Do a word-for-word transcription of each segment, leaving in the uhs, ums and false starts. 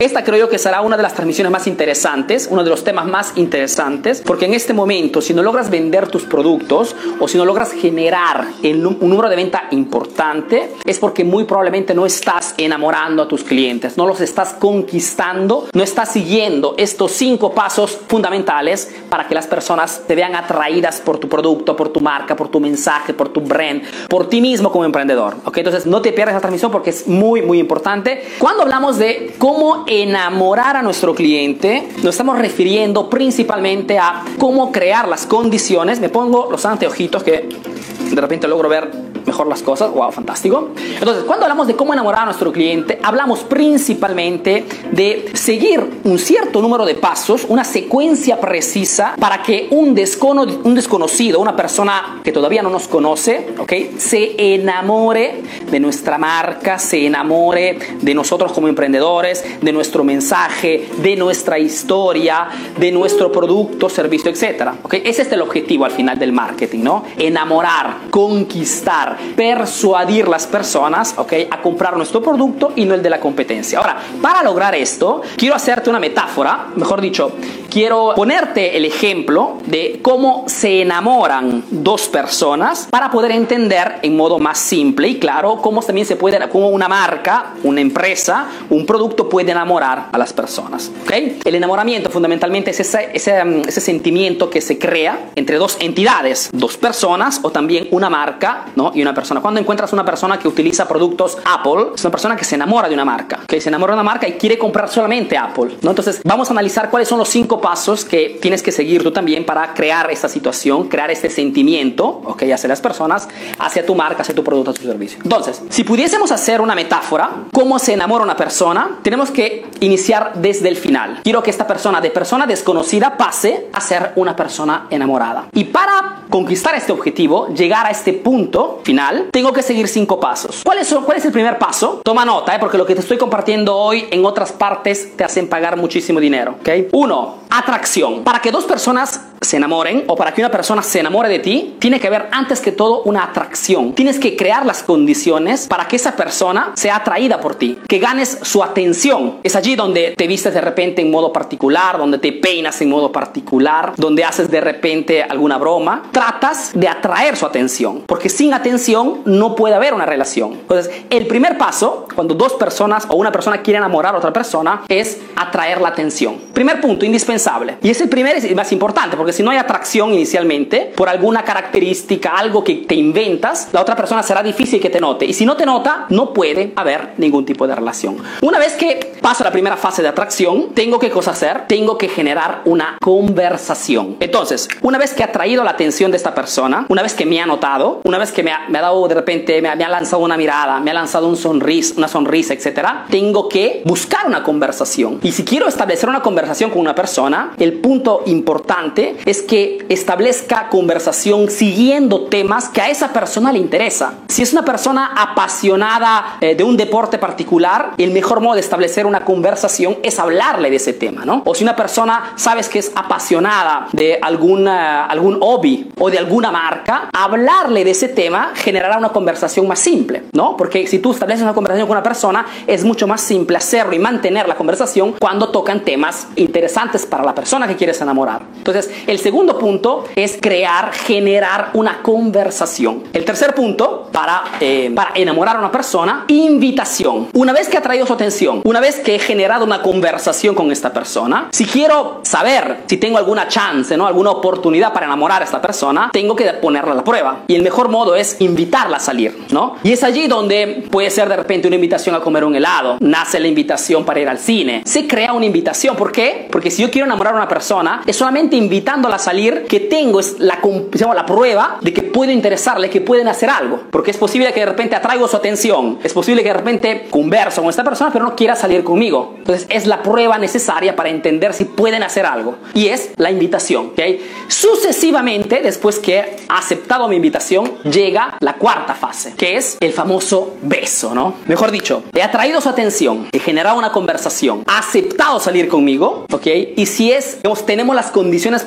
Esta creo yo que será una de las transmisiones más interesantes, uno de los temas más interesantes, porque en este momento, si no logras vender tus productos o si no logras generar el, un número de venta importante, es porque muy probablemente no estás enamorando a tus clientes, no los estás conquistando, no estás siguiendo estos cinco pasos fundamentales para que las personas te vean atraídas por tu producto, por tu marca, por tu mensaje, por tu brand, por ti mismo como emprendedor. ¿Ok? Entonces no te pierdas la transmisión porque es muy, muy importante. Cuando hablamos de cómo enamorar a nuestro cliente, nos estamos refiriendo principalmente a cómo crear las condiciones. Me pongo los anteojitos que de repente logro ver mejor las cosas. Wow, fantástico. Entonces, cuando hablamos de cómo enamorar a nuestro cliente, hablamos principalmente de seguir un cierto número de pasos, una secuencia precisa para que un, descono, un desconocido, una persona que todavía no nos conoce, ¿okay?, se enamore de nuestra marca, se enamore de nosotros como emprendedores, de nuestro mensaje, de nuestra historia, de nuestro producto, servicio, etcétera. ¿Okay? Ese es el objetivo al final del marketing, ¿no? Enamorar, conquistar, persuadir las personas, ¿okay?, a comprar nuestro producto y no el de la competencia. Ahora, para lograr esto, quiero hacerte una metáfora, mejor dicho, quiero ponerte el ejemplo de cómo se enamoran dos personas para poder entender en modo más simple y claro cómo también se puede, cómo una marca, una empresa, un producto puede enamorar a las personas. ¿Okay? El enamoramiento fundamentalmente es ese, ese, ese sentimiento que se crea entre dos entidades, dos personas o también una marca, ¿no?, y una persona. Cuando encuentras una persona que utiliza productos Apple, es una persona que se enamora de una marca, que se enamora de una marca y quiere comprar solamente Apple, ¿no? Entonces vamos a analizar cuáles son los cinco pasos que tienes que seguir tú también para crear esta situación, crear este sentimiento, ¿ok?, hacia las personas, hacia tu marca, hacia tu producto, hacia tu servicio. Entonces, si pudiésemos hacer una metáfora, cómo se enamora una persona, tenemos que iniciar desde el final. Quiero que esta persona de persona desconocida pase a ser una persona enamorada. Y para conquistar este objetivo, llegar a este punto final, tengo que seguir cinco pasos. ¿Cuál es, cuál es el primer paso? Toma nota, ¿eh? Porque lo que te estoy compartiendo hoy en otras partes te hacen pagar muchísimo dinero. ¿Okay? Uno, atracción. Para que dos personas se enamoren o para que una persona se enamore de ti, tiene que haber antes que todo una atracción. Tienes que crear las condiciones para que esa persona sea atraída por ti, que ganes su atención. Es allí donde te vistes de repente en modo particular, donde te peinas en modo particular, donde haces de repente alguna broma. Tratas de atraer su atención, porque sin atención no puede haber una relación. Entonces, el primer paso, cuando dos personas o una persona quiere enamorar a otra persona, es atraer la atención. Primer punto, indispensable. Y es el primer y más importante, porque si no hay atracción inicialmente, por alguna característica, algo que te inventas, la otra persona será difícil que te note. Y si no te nota, no puede haber ningún tipo de relación. Una vez que paso la primera fase de atracción, ¿tengo qué cosa hacer? Tengo que generar una conversación. Entonces, una vez que he atraído la atención de esta persona, una vez que me ha notado, una vez que me ha, me ha dado de repente, me ha, me ha lanzado una mirada, me ha lanzado un sonris, una sonrisa, etcétera, tengo que buscar una conversación. Y si quiero establecer una conversación con una persona, el punto importante es que establezca conversación siguiendo temas que a esa persona le interesa. Si es una persona apasionada eh, de un deporte particular, el mejor modo de establecer una conversación es hablarle de ese tema, ¿no? O si una persona sabes que es apasionada de alguna, algún hobby o de alguna marca, hablarle de ese tema generará una conversación más simple, ¿no? Porque si tú estableces una conversación con una persona, es mucho más simple hacerlo y mantener la conversación cuando tocan temas interesantes para la persona que quieres enamorar. Entonces, el segundo punto es crear, generar una conversación. El tercer punto para, eh, para enamorar a una persona, invitación. Una vez que ha traído su atención, una vez que he generado una conversación con esta persona, si quiero saber si tengo alguna chance, ¿no?, alguna oportunidad para enamorar a esta persona, tengo que ponerla a la prueba. Y el mejor modo es invitarla a salir, ¿no? Y es allí donde puede ser de repente una invitación a comer un helado, nace la invitación para ir al cine, se crea una invitación. ¿Por qué? Porque si yo quiero enamorar a una persona, es solamente invitándola a salir que tengo es la, digamos, la prueba de que puedo interesarle, que pueden hacer algo. Porque es posible que de repente atraigo su atención, es posible que de repente converso con esta persona, pero no quiera salir conmigo. Entonces es la prueba necesaria para entender si pueden hacer algo. Y es la invitación, ¿okay? Sucesivamente, después que he aceptado mi invitación, llega la cuarta fase, que es el famoso beso, ¿no? Mejor dicho, he atraído su atención, he generado una conversación, ha aceptado salir conmigo, ¿ok? Y si es, digamos, tenemos las condiciones para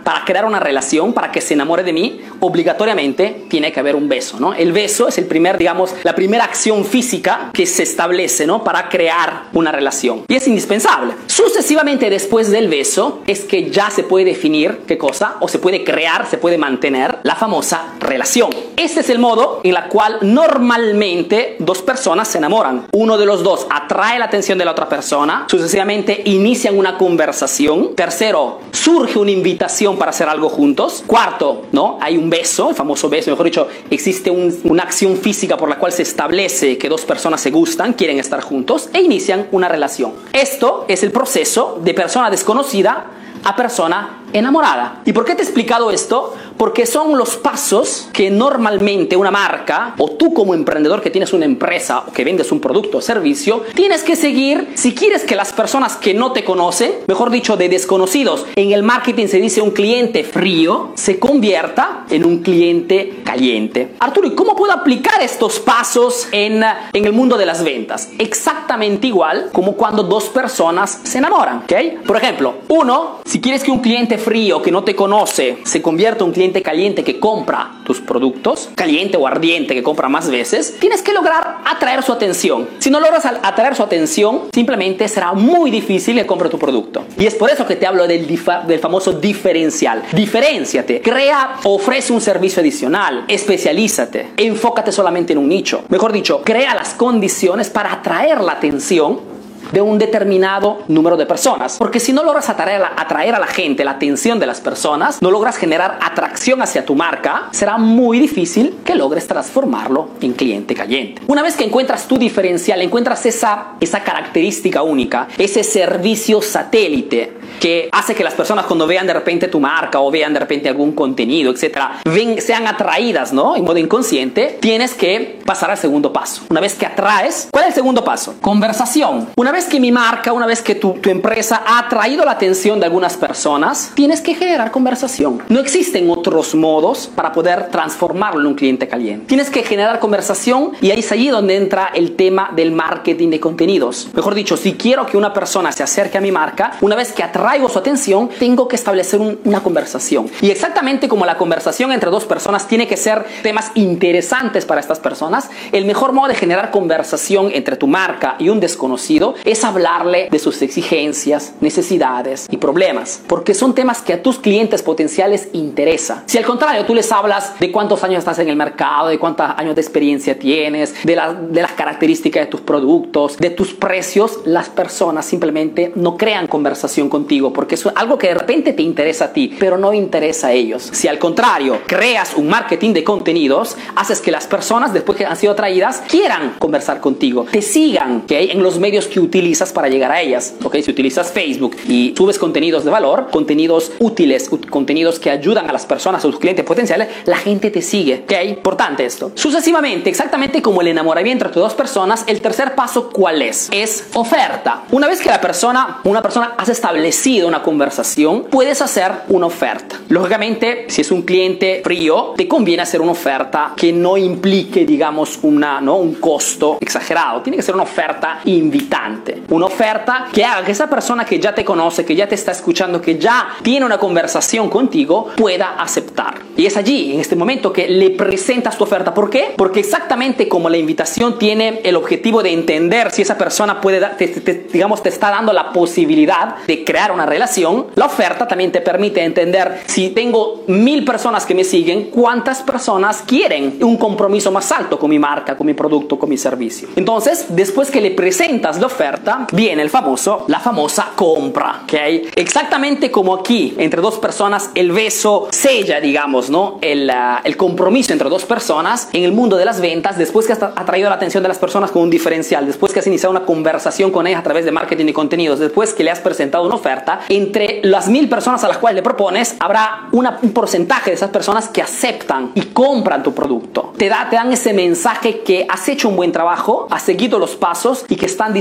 para crear una relación, para que se enamore de mí, obligatoriamente tiene que haber un beso, ¿no? El beso es el primer, digamos, la primera acción física que se establece, ¿no? Para crear una relación. Y es indispensable. Sucesivamente después del beso es que ya se puede definir qué cosa, o se puede crear, se puede mantener la famosa relación. Este es el modo en el cual normalmente dos personas se enamoran. Uno de los dos atrae la atención de la otra persona, sucesivamente inician una conversación. Tercero, surge una invitación para hacer algo juntos. Cuarto, ¿no? Hay un beso, el famoso beso, mejor dicho, existe un, una acción física por la cual se establece que dos personas se gustan, quieren estar juntos e inician una relación. Esto es el proceso de persona desconocida a persona enamorada. ¿Y por qué te he explicado esto? Porque son los pasos que normalmente una marca, o tú como emprendedor que tienes una empresa o que vendes un producto o servicio, tienes que seguir si quieres que las personas que no te conocen, mejor dicho, de desconocidos, en el marketing se dice un cliente frío, se convierta en un cliente caliente. Arturo, ¿y cómo puedo aplicar estos pasos en, en el mundo de las ventas? Exactamente igual como cuando dos personas se enamoran, ¿ok? Por ejemplo, uno, si quieres que un cliente frío que no te conoce se convierta en un cliente caliente que compra tus productos, caliente o ardiente que compra más veces, tienes que lograr atraer su atención. Si no logras atraer su atención, simplemente será muy difícil que compre tu producto. Y es por eso que te hablo del, del famoso diferencial. Diferénciate, crea, ofrece un servicio adicional, especialízate, enfócate solamente en un nicho. Mejor dicho, crea las condiciones para atraer la atención de un determinado número de personas. Porque si no logras atraer a, la, atraer a la gente, la atención de las personas, no logras generar atracción hacia tu marca, será muy difícil que logres transformarlo en cliente caliente. Una vez que encuentras tu diferencial, encuentras esa, esa característica única, ese servicio satélite que hace que las personas cuando vean de repente tu marca o vean de repente algún contenido, etcétera, ven, sean atraídas, ¿no? En modo inconsciente, tienes que pasar al segundo paso. Una vez que atraes, ¿cuál es el segundo paso? Conversación. Una vez que mi marca, una vez que tu, tu empresa ha atraído la atención de algunas personas, tienes que generar conversación. No existen otros modos para poder transformarlo en un cliente caliente. Tienes que generar conversación y ahí es allí donde entra el tema del marketing de contenidos. Mejor dicho, si quiero que una persona se acerque a mi marca, una vez que atraigo su atención, tengo que establecer un, una conversación. Y exactamente como la conversación entre dos personas tiene que ser temas interesantes para estas personas, el mejor modo de generar conversación entre tu marca y un desconocido es hablarle de sus exigencias, necesidades y problemas, porque son temas que a tus clientes potenciales interesa. Si al contrario tú les hablas de cuántos años estás en el mercado, de cuántos años de experiencia tienes, de, la, de las características de tus productos, de tus precios, las personas simplemente no crean conversación contigo, porque es algo que de repente te interesa a ti, pero no interesa a ellos. Si al contrario creas un marketing de contenidos, haces que las personas, después que han sido atraídas, quieran conversar contigo, te sigan, ¿okay? En los medios que utilizas para llegar a ellas, ¿okay? Si utilizas Facebook y subes contenidos de valor, contenidos útiles, contenidos que ayudan a las personas, a tus clientes potenciales, la gente te sigue, ¿ok? Importante esto. Sucesivamente, exactamente como el enamoramiento entre dos personas, el tercer paso, ¿cuál es? Es oferta. Una vez que la persona, una persona has establecido una conversación, puedes hacer una oferta. Lógicamente, si es un cliente frío, te conviene hacer una oferta que no implique, digamos, una, ¿no? un costo exagerado. Tiene que ser una oferta invitante. Una oferta que haga que esa persona que ya te conoce, que ya te está escuchando, que ya tiene una conversación contigo, pueda aceptar. Y es allí, en este momento, que le presentas tu oferta. ¿Por qué? Porque exactamente como la invitación tiene el objetivo de entender si esa persona puede, te, te, digamos, te está dando la posibilidad de crear una relación, la oferta también te permite entender si tengo mil personas que me siguen, cuántas personas quieren un compromiso más alto con mi marca, con mi producto, con mi servicio. Entonces, después que le presentas la oferta, viene el famoso, la famosa compra, ¿ok? Exactamente como aquí, entre dos personas, el beso sella, digamos, ¿no? El, uh, el compromiso entre dos personas. En el mundo de las ventas, después que has atraído la atención de las personas con un diferencial, después que has iniciado una conversación con ellas a través de marketing y contenidos, después que le has presentado una oferta, entre las mil personas a las cuales le propones, habrá una, un porcentaje de esas personas que aceptan y compran tu producto. Te, da, te dan ese mensaje que has hecho un buen trabajo, has seguido los pasos y que están dispuestos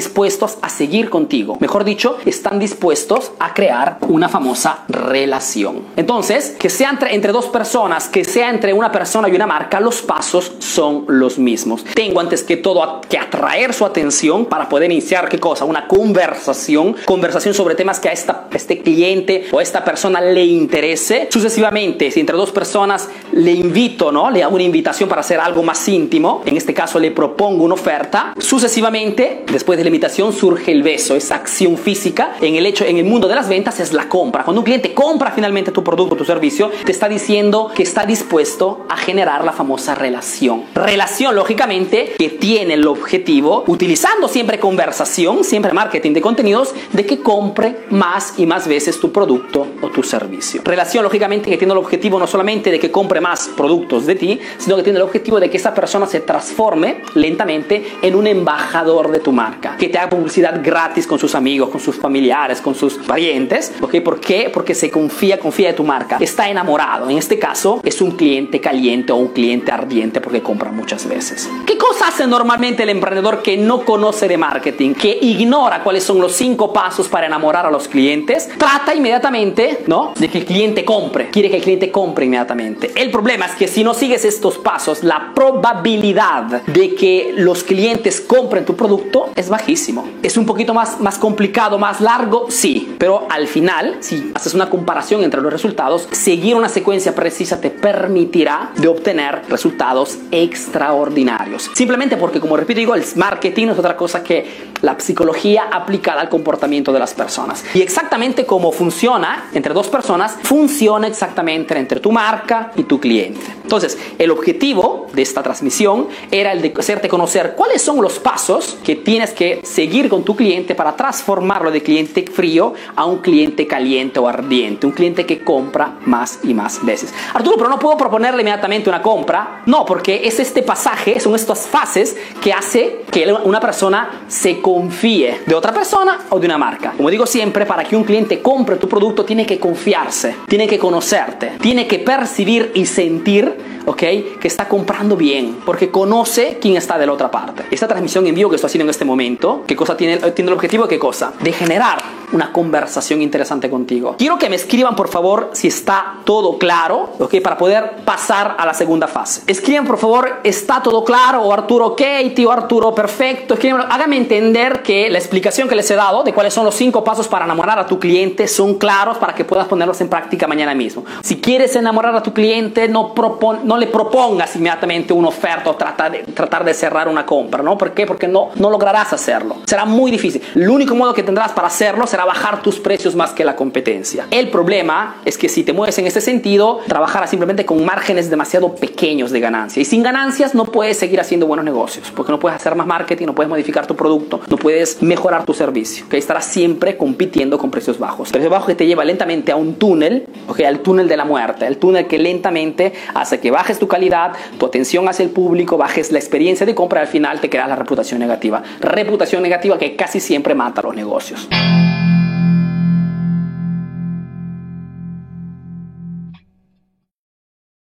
dispuestos a seguir contigo. Mejor dicho, están dispuestos a crear una famosa relación. Entonces, que sea entre, entre dos personas, que sea entre una persona y una marca, los pasos son los mismos. Tengo antes que todo que atraer su atención para poder iniciar, ¿qué cosa? Una conversación, conversación sobre temas que a, esta, a este cliente o a esta persona le interese. Sucesivamente, si entre dos personas le invito, ¿no? Le hago una invitación para hacer algo más íntimo, en este caso le propongo una oferta. Sucesivamente, después de la invitación surge el beso, esa acción física. En el hecho, en el mundo de las ventas es la compra. Cuando un cliente compra finalmente tu producto o tu servicio, te está diciendo que está dispuesto a generar la famosa relación. Relación, lógicamente, que tiene el objetivo, utilizando siempre conversación, siempre marketing de contenidos, de que compre más y más veces tu producto o tu servicio. Relación, lógicamente, que tiene el objetivo no solamente de que compre más productos de ti, sino que tiene el objetivo de que esa persona se transforme lentamente en un embajador de tu marca, que te haga publicidad gratis con sus amigos, con sus familiares, con sus parientes. ¿Ok? ¿Por qué? Porque se confía, confía de tu marca, está enamorado. En este caso, es un cliente caliente o un cliente ardiente porque compra muchas veces. ¿Qué cosa hace normalmente el emprendedor que no conoce de marketing, que ignora cuáles son los cinco pasos para enamorar a los clientes? Trata inmediatamente, ¿no?, de que el cliente compre. Quiere que el cliente compre inmediatamente. El problema es que si no sigues estos pasos, la probabilidad de que los clientes compren tu producto es bajísimo. Es un poquito más, más complicado, más largo, sí, pero al final, si haces una comparación entre los resultados, seguir una secuencia precisa te permitirá de obtener resultados extraordinarios. Simplemente porque, como repito, digo, el marketing no es otra cosa que la psicología aplicada al comportamiento de las personas. Y exactamente como funciona entre dos personas, funciona exactamente entre tu marca y tu cliente. Entonces, el objetivo de esta transmisión era el de hacerte conocer cuáles son los pasos que tienes que seguir con tu cliente para transformarlo de cliente frío a un cliente caliente o ardiente, un cliente que compra más y más veces. Arturo, pero no puedo proponerle inmediatamente una compra. No, porque es este pasaje, son estas fases que hace que una persona se confíe de otra persona o de una marca. Como digo siempre, para que un cliente compre tu producto tiene que confiarse, tiene que conocerte, tiene que percibir y sentir, ¿ok?, que está comprando bien, porque conoce quién está de la otra parte. Esta transmisión en vivo que estoy haciendo en este momento, ¿qué cosa tiene, tiene el objetivo? ¿Qué cosa? De generar una conversación interesante contigo. Quiero que me escriban, por favor, si está todo claro, ¿ok?, para poder pasar a la segunda fase. Escriban, por favor, ¿está todo claro? O Arturo, ok, tío Arturo, perfecto. Escriban, hágame entender que la explicación que les he dado de cuáles son los cinco pasos para enamorar a tu cliente son claros para que puedas ponerlos en práctica mañana mismo. Si quieres enamorar a tu cliente, no, propon, no le propongas inmediatamente una oferta o tratar de, tratar de cerrar una compra, ¿no? ¿Por qué? Porque no, no lograrás hacerlo. Será muy difícil. El único modo que tendrás para hacerlo será bajar tus precios más que la competencia. El problema es que si te mueves en ese sentido, trabajarás simplemente con márgenes demasiado pequeños de ganancia. Y sin ganancias no puedes seguir haciendo buenos negocios, porque no puedes hacer más marketing, no puedes modificar tu producto, no puedes mejorar tu servicio, que estarás siempre compitiendo con precios bajos. Precios bajos que te lleva lentamente a un túnel, ¿okay?, al túnel de la muerte, el túnel que lentamente hace que bajes tu calidad, tu atención hacia el público, bajes la experiencia de compra y al final te creas la reputación negativa. Reputación negativa que casi siempre mata los negocios.